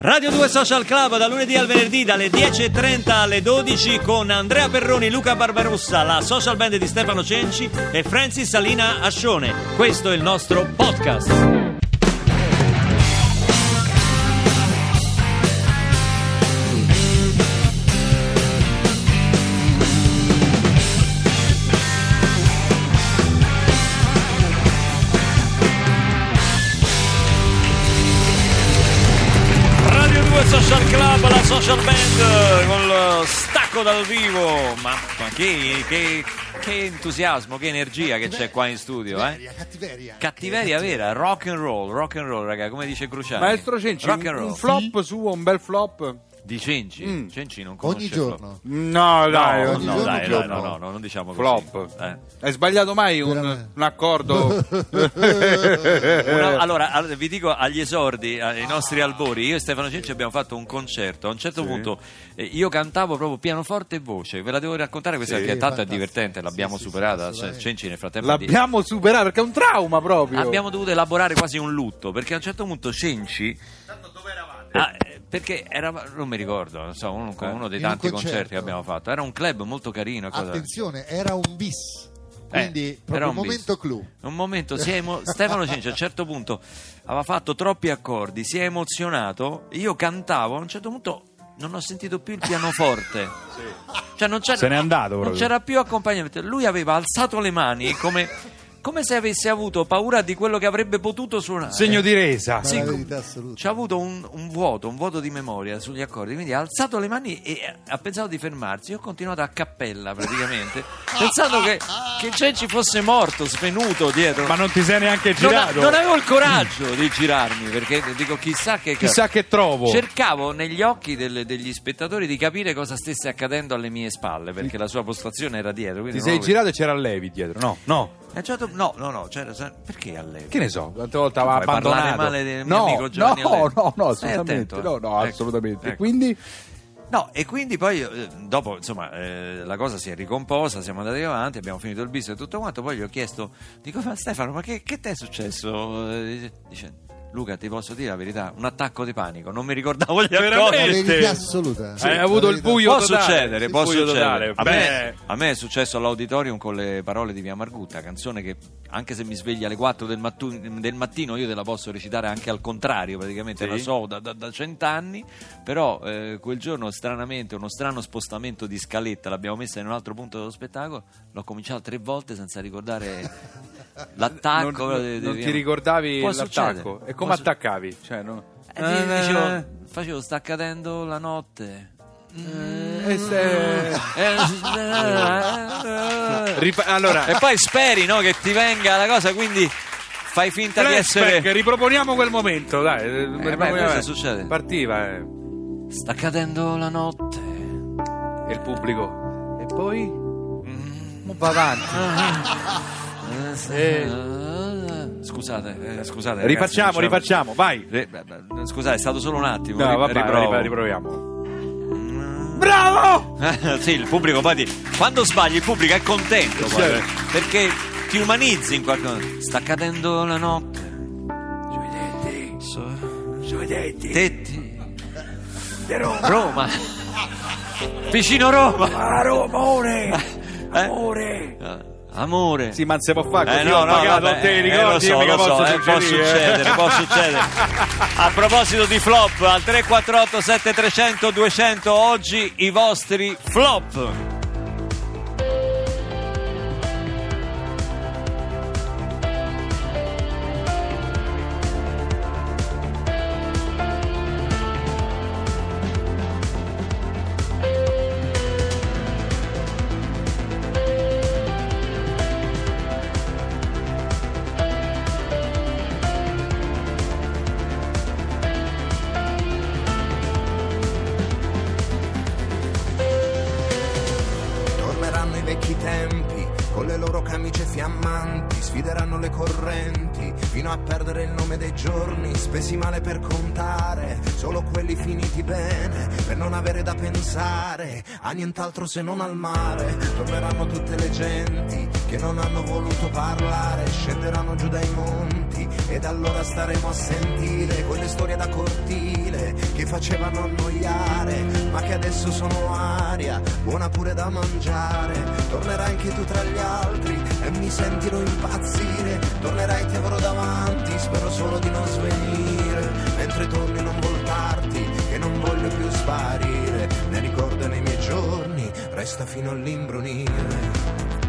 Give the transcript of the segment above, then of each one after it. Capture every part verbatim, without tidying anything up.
Radio due Social Club da lunedì al venerdì dalle dieci e trenta alle dodici con Andrea Perroni, Luca Barbarossa, la social band di Stefano Cenci e Francis Salina Ascione. Questo è il nostro podcast. Social Club, la social band con lo stacco dal vivo. Ma, ma che, che, che entusiasmo, che energia che c'è qua in studio, cattiveria, eh? Cattiveria, cattiveria vera, rock and roll, rock and roll, raga, come dice Cruciani. Maestro Cenci, rock un, un flop sì. suo, un bel flop di Cenci. Mm. Cenci non conosce ogni giorno. No, dai, no, ogni no, giorno dai, flop. dai, no, no, no, non diciamo flop. Così. Eh. Hai sbagliato mai un, un accordo? Una, allora, vi dico agli esordi, ai nostri albori, io e Stefano Cenci abbiamo fatto un concerto. A un certo sì. punto eh, io cantavo proprio pianoforte e voce. Ve la devo raccontare questa sì, perché tanto fantastico. È divertente, l'abbiamo sì, superata. Sì, Cenci nel frattempo l'abbiamo di... superata perché è un trauma proprio. Abbiamo dovuto elaborare quasi un lutto perché a un certo punto Cenci. Tanto dove eravate? Ah, perché era, non mi ricordo, non so, uno, uno dei tanti concerti che abbiamo fatto. Era un club molto carino. Cosa... Attenzione, era un bis. Quindi eh, proprio un un momento bis. clou. Un momento, si è emo... Stefano Cenci a un certo punto aveva fatto troppi accordi, si è emozionato, io cantavo, a un certo punto non ho sentito più il pianoforte. Sì. Cioè non c'era, se n'è andato proprio. Non c'era più accompagnamento. Lui aveva alzato le mani come, come se avesse avuto paura di quello che avrebbe potuto suonare. Segno di resa. Sì, la verità assoluta. C'ha avuto un, un vuoto, un vuoto di memoria sugli accordi, quindi ha alzato le mani e ha pensato di fermarsi. Io ho continuato a cappella praticamente, pensando che, che Cenci fosse morto, svenuto dietro. Ma non ti sei neanche girato? Non, non avevo il coraggio di girarmi, perché dico chissà che chissà che trovo. Cercavo negli occhi del, degli spettatori di capire cosa stesse accadendo alle mie spalle, perché la sua postazione era dietro. Ti sei girato e c'era Levi dietro? No, no. Eh, certo, no, no, no, c'era, perché a lei? Che ne so, tante volte aveva abbandonato. Parlare male del mio no, amico Giovanni no, no, no, assolutamente. Attento, eh. No, no, ecco, assolutamente. Ecco. Quindi No, e quindi poi eh, dopo insomma eh, la cosa si è ricomposta, siamo andati avanti, abbiamo finito il bis e tutto quanto, poi gli ho chiesto, dico ma Stefano, ma che, che ti è successo? Eh, dice, Luca, ti posso dire la verità, un attacco di panico, non mi ricordavo gli accordi. La verità assoluta. Sì, hai avuto il buio può totale. succedere, sì, può buio succedere. A me, Beh. a me è successo all'auditorium con le parole di Via Margutta, canzone che anche se mi sveglia alle quattro del, mattu- del mattino io te la posso recitare anche al contrario, praticamente sì. La so da, da, da cent'anni, però eh, quel giorno stranamente uno strano spostamento di scaletta, l'abbiamo messa in un altro punto dello spettacolo, l'ho cominciato tre volte senza ricordare l'attacco. Non, de, de, non de, ti ricordavi può l'attacco? Succedere. E come Può attaccavi? Cioè, no? eh, dicevo, facevo sta cadendo la notte. E, se... Ripa- allora. E poi speri, no, che ti venga la cosa, quindi fai finta Flashback, di essere. Riproponiamo quel momento, dai. Eh, beh, cosa succede? Partiva. Eh. Sta cadendo la notte. E il pubblico. E poi? Mm. Va avanti. Eh. Scusate, eh, scusate. Rifacciamo, ragazzi, rifacciamo, vai. Eh, Scusate, è stato solo un attimo. No, vabbè, riprovo. riproviamo. Bravo! Sì, il pubblico poi ti... quando sbagli il pubblico è contento poi, certo. Perché ti umanizzi in qualche modo. Sta cadendo la notte Sui tetti so... Sui tetti Tetti di Roma Roma vicino Roma. Ah, Romone eh? Amore Amore. Sì, ma non si può fare così. Eh, no, ho no, pagato vabbè, te, eh, ricordi? lo so, mica lo so, posso eh, può succedere, può succedere. A proposito di flop, al tre quattro otto sette tre zero zero due zero zero oggi i vostri flop. Vecchi tempi, con le loro camicie fiammanti, sfideranno le correnti, fino a perdere il nome dei giorni, spesi male per contare, solo quelli finiti bene, per non avere da pensare a nient'altro se non al mare. Torneranno tutte le genti che non hanno voluto parlare, scenderanno giù dai monti ed allora staremo a sentire quelle storie da cortile che facevano annoiare, ma che adesso sono aria, buona pure da mangiare. Tornerai anche tu tra gli altri e mi sentirò impazzire, tornerai ti avrò davanti, spero solo di non svenire, mentre torni a non voltarti, che non voglio più sparire, ne ricordo nei miei giorni, resta fino all'imbrunire.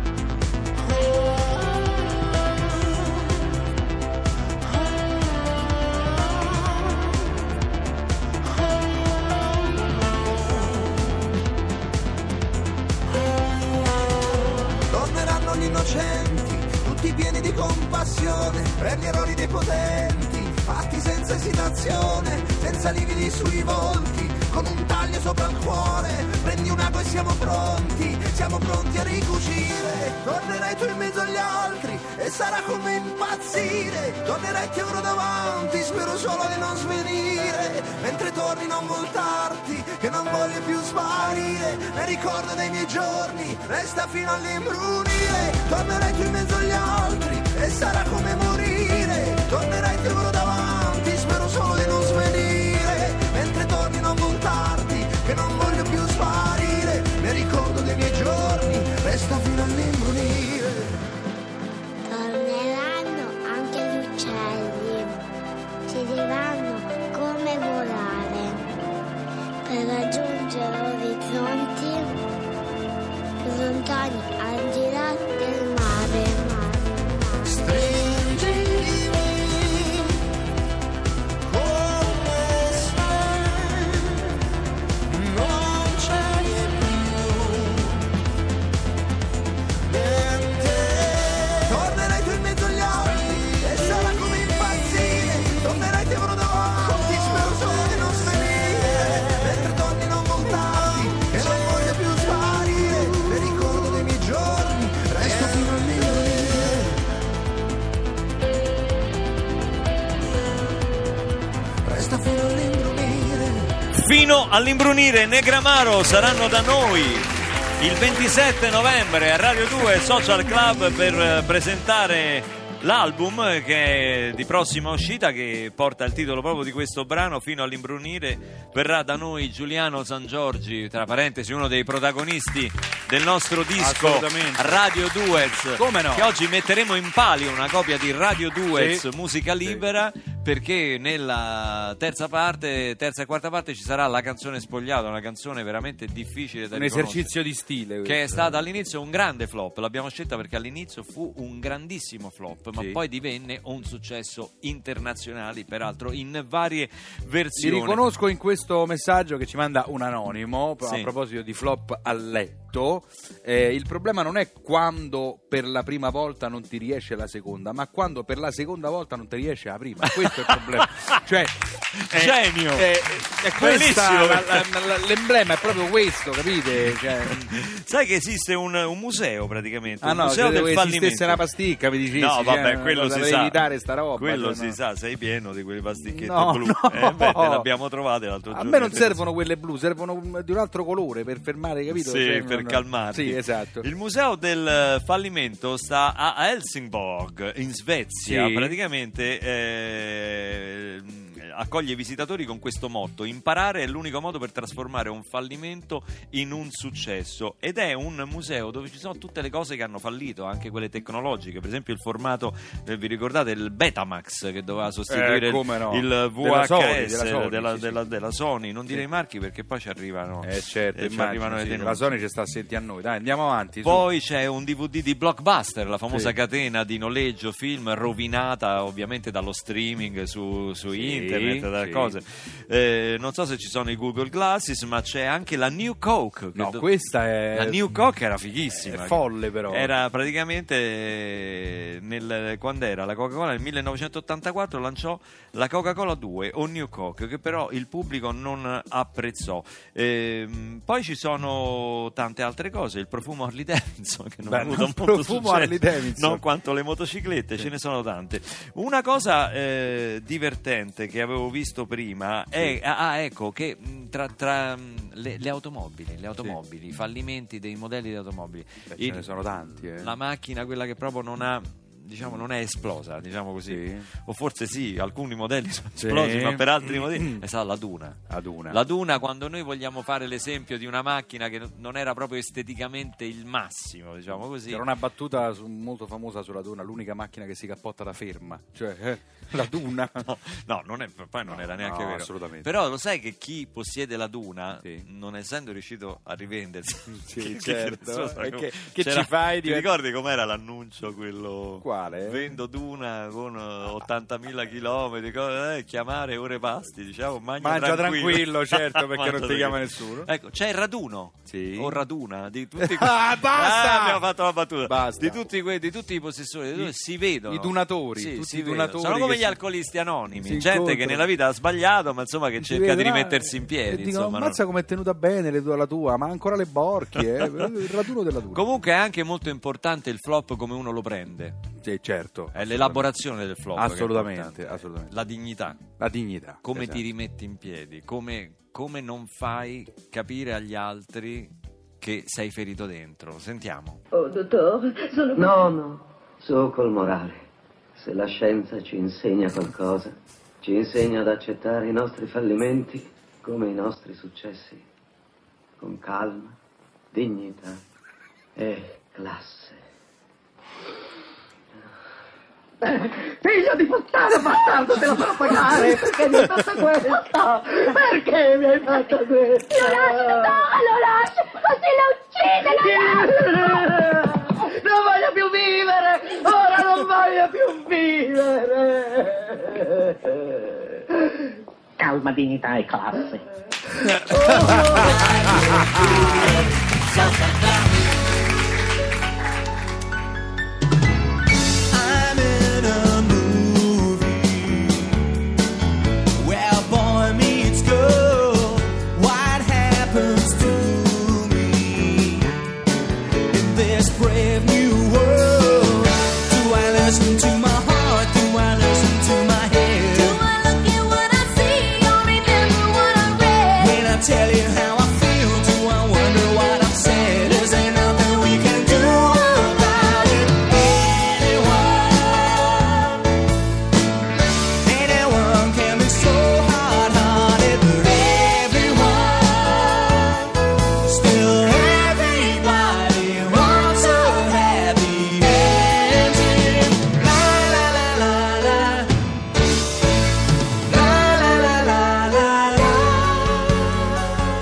Innocenti, tutti pieni di compassione per gli errori dei potenti, fatti senza esitazione, senza lividi sui volti, con un taglio sopra il cuore, prendi un ago e siamo pronti, siamo pronti a ricucire. Tornerai tu in mezzo agli altri e sarà come impazzire, tornerai ti avrò davanti, spero solo di non svenire, mentre torni non voltarti, che non voglio più sparire, ne ricordo dei miei giorni, resta fino all'imbrunire. Tornerai tu in mezzo agli altri e sarà come morire, tornerai ti avrò davanti, spero solo di non svenire, mentre torni non voltarti, che non voglio più sparire, ne ricordo dei miei giorni, resta fino all'imbrunire. Torneranno anche gli uccelli, ci diranno come volare, per raggiungere orizzonti più lontani al di là del mare, mare. Stringimi come sai, non c'è più niente. Tornerai tu in mezzo agli altri e sarà come impazzire, tornerai ti avrò davanti, spero solo di non svenire, mentre torni non voltarti, che non voglio più sparire, ne ricordo dei miei giorni, resto fino all'imbrunire, resto fino all'imbrunire. Fino all'imbrunire. Negramaro saranno da noi il ventisette novembre a Radio due Social Club per presentare l'album che è di prossima uscita, che porta il titolo proprio di questo brano, Fino all'imbrunire. Verrà da noi Giuliano Sangiorgi, tra parentesi uno dei protagonisti del nostro disco Radio Duets. Come no? Che oggi metteremo in palio una copia di Radio Duets, Sì. musica libera, sì. Perché nella terza parte, terza e quarta parte ci sarà la canzone Spogliato, una canzone veramente difficile da Un riconoscere, esercizio di stile questo. che è stata all'inizio un grande flop. L'abbiamo scelta perché all'inizio fu un grandissimo flop, ma Sì. poi divenne un successo internazionale, peraltro in varie Mi versioni. riconosco in questo messaggio che ci manda un anonimo a Sì. proposito di flop a letto. Eh, il problema non è quando per la prima volta non ti riesce la seconda, ma quando per la seconda volta non ti riesce la prima. Questo è il problema. Cioè, è, Genio. È, è questa Bellissimo. la, la, la, l'emblema è proprio questo, capite? Cioè, Sai che esiste un, un museo praticamente, ah un no, museo credevo del che fallimento. esistesse una pasticca, mi dicessi. No, vabbè, cioè, quello si dovrei sa. evitare sta roba. Quello cioè, si no. sa, sei pieno di quelle pasticchette No, blu. no. Eh, beh, te le abbiamo trovate l'altro A giorno. me non servono quelle blu, servono di un altro colore per fermare, capito? Sì, Cioè, per non- calmarti. Sì, esatto. Il museo del fallimento sta a Helsingborg, in Svezia. Sì. Praticamente eh, accoglie i visitatori con questo motto: imparare è l'unico modo per trasformare un fallimento in un successo. Ed è un museo dove ci sono tutte le cose che hanno fallito, anche quelle tecnologiche. Per esempio il formato, eh, vi ricordate il Betamax che doveva sostituire Eh, come no. il, il V Della H S Sony, della Sony, della, sì, sì. della- della Sony. Non Sì. direi marchi perché poi ci arrivano, Eh certo, eh, ci immagino, arrivano le sì, denunce. la Sony ci sta a senti a noi. Dai, andiamo avanti. su. Poi c'è un D V D di Blockbuster, la famosa Sì. catena di noleggio film rovinata ovviamente dallo streaming su, su Sì, internet, da sì. cose. Eh, non so se ci sono i Google Glasses, ma c'è anche la New Coke. che No, do- questa è La New Coke era fighissima. è folle però. Era praticamente eh, nel, quando era la Coca-Cola nel millenovecentottantaquattro lanciò la Coca-Cola due o New Coke, che però il pubblico non apprezzò. Ehm, poi ci sono tante altre cose, il profumo Harley Davidson che non Beh, ha avuto il molto profumo successo, Harley Davidson. non quanto le motociclette, ce ne sono tante. Una cosa eh, divertente che avevo visto prima è ah, ecco che mh, tra, tra mh, le, le automobili, le automobili, i fallimenti dei modelli di automobili. Beh, ce Il- ne sono tanti. Eh. la macchina, quella che proprio non ha diciamo non è esplosa, diciamo così, Sì. o forse sì, alcuni modelli sono Sì. esplosi, ma per altri modelli è stata la Duna. La Duna. La Duna, quando noi vogliamo fare l'esempio di una macchina che non era proprio esteticamente il massimo, diciamo così. C'era una battuta su- molto famosa sulla Duna, l'unica macchina che si cappotta da ferma, cioè eh, la Duna. No, no, non è, poi non era neanche no, vero. assolutamente. Però lo sai che chi possiede la Duna, Sì. non essendo riuscito a rivendersi, Sì, che- certo. che- E che- che c'era- ci fai Ti di- ricordi com'era l'annuncio quello? Quale? Vendo Duna con ottantamila chilometri, eh, chiamare ore pasti, diciamo, mangia, Mangia tranquillo, certo, perché Mangia non ti chiama tranquillo. nessuno. Ecco, c'è il raduno. Sì. O raduna di tutti Ah, basta! Ah, abbiamo fatto la battuta. Basta. Di tutti, que- di tutti i possessori di Duna I- si vedono. i donatori, Sì, tutti si i vedono. donatori Sono come che gli si- alcolisti anonimi, si gente che incontrano. nella vita ha sbagliato, ma insomma che Si cerca di vede, rimettersi in e piedi, dicono, insomma, no? ammazza come è tenuta bene le- la tua, ma ancora le borchie, eh? il raduno della Duna. Comunque è anche molto importante il flop come uno lo prende. Sì, certo. È l'elaborazione del flop. che è Assolutamente, importante. assolutamente. La dignità. La dignità. Come esatto. ti rimetti in piedi, come, come non fai capire agli altri che sei ferito dentro. Sentiamo. Oh, dottore, sono... No, no, su col morale. Se la scienza ci insegna qualcosa, ci insegna ad accettare i nostri fallimenti come i nostri successi, con calma, dignità e classe. Figlio di puttana, bastardo, te la farò pagare! Perché mi hai fatto questo? Perché mi hai fatto questo? Lo lascio, dottore, lo lascio, così lo uccide, lo lascio! Non voglio più vivere! Ora non voglio più vivere! Calma, dignità e classe. I'm in a movie where boy meets girl. What happens to me in this brave new world? Do I listen to my heart? Do I listen to my head? Do I look at what I see or remember what I read? When I tell you how I feel, do I wonder what I've said? Is there nothing we can do about it? Anyone, anyone can be so hard-hearted, but everyone, still everybody wants a happy ending. La la la la la, la la la la la la.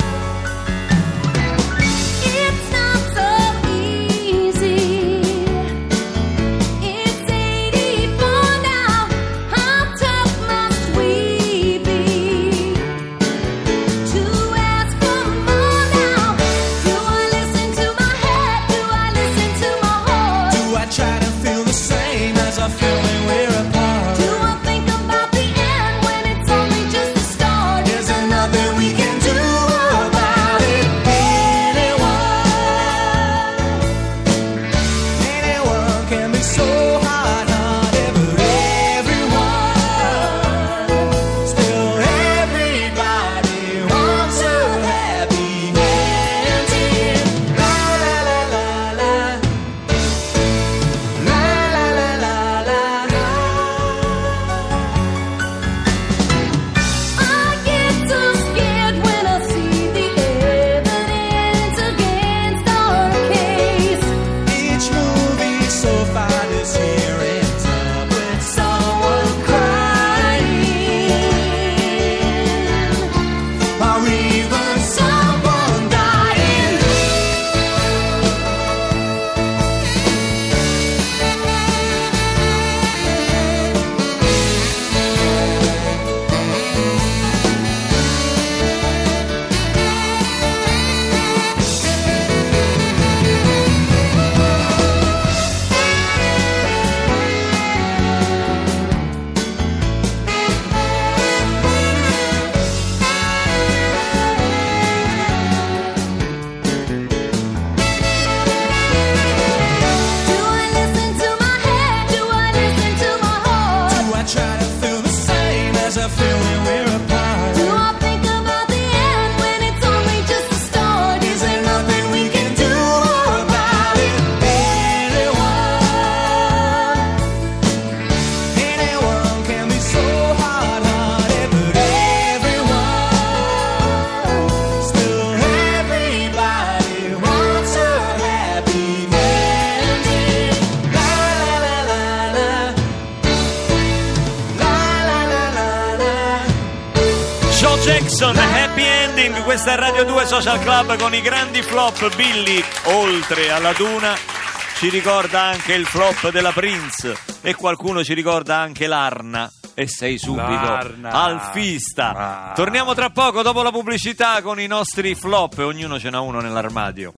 Jackson, Happy Ending. Questa è Radio due Social Club con i grandi flop. Billy, oltre alla duna, ci ricorda anche il flop della Prince e qualcuno ci ricorda anche l'Arna. E sei subito L'Arna. alfista. Ah. Torniamo tra poco dopo la pubblicità con i nostri flop. Ognuno ce n'ha uno nell'armadio.